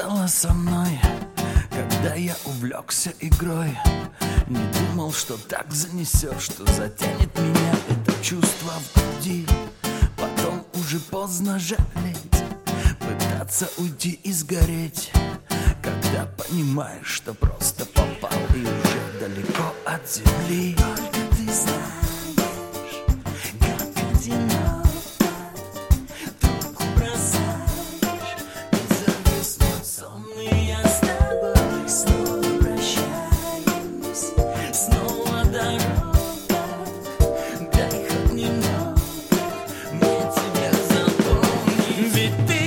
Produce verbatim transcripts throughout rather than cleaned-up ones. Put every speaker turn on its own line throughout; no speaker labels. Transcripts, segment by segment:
стало со мной, когда я увлекся игрой. Не думал, что так занесет, что затянет меня это чувство в груди. Потом уже поздно жалеть, пытаться уйти и сгореть, когда понимаешь, что просто попал и уже далеко от земли. Только ты знаешь, как одиноко трубку бросаешь и зависнуть сонный я с тобой. Снова прощаюсь, снова дорога. Дай хоть немного мне тебя запомнить. Ведь ты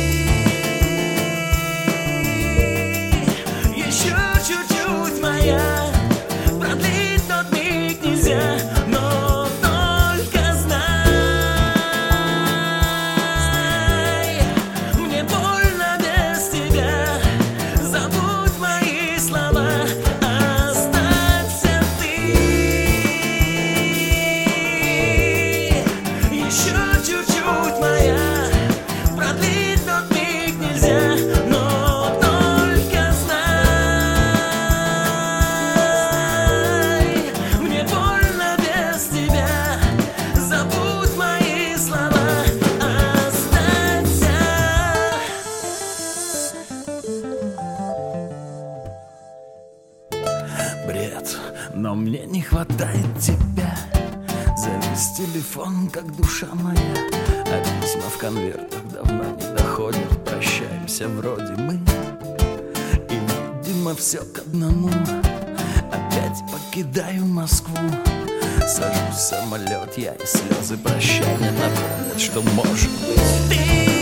еще чуть-чуть моя. Продлить тот миг нельзя, но только знай, мне больно без тебя. Забудь мои слова, останься ты. Еще чуть-чуть моя. Продлить тот миг нельзя, но только знай, мне больно без тебя. Забудь мои слова, останься. Бред, но мне не хватает тебя. Завис телефон, как душа моя, а письма в конвертах давно не доходят. Прощаемся вроде мы, и видимо все к одному. Опять покидаю Москву, сажусь в самолет я, и слезы прощания напомнят, что может быть ты.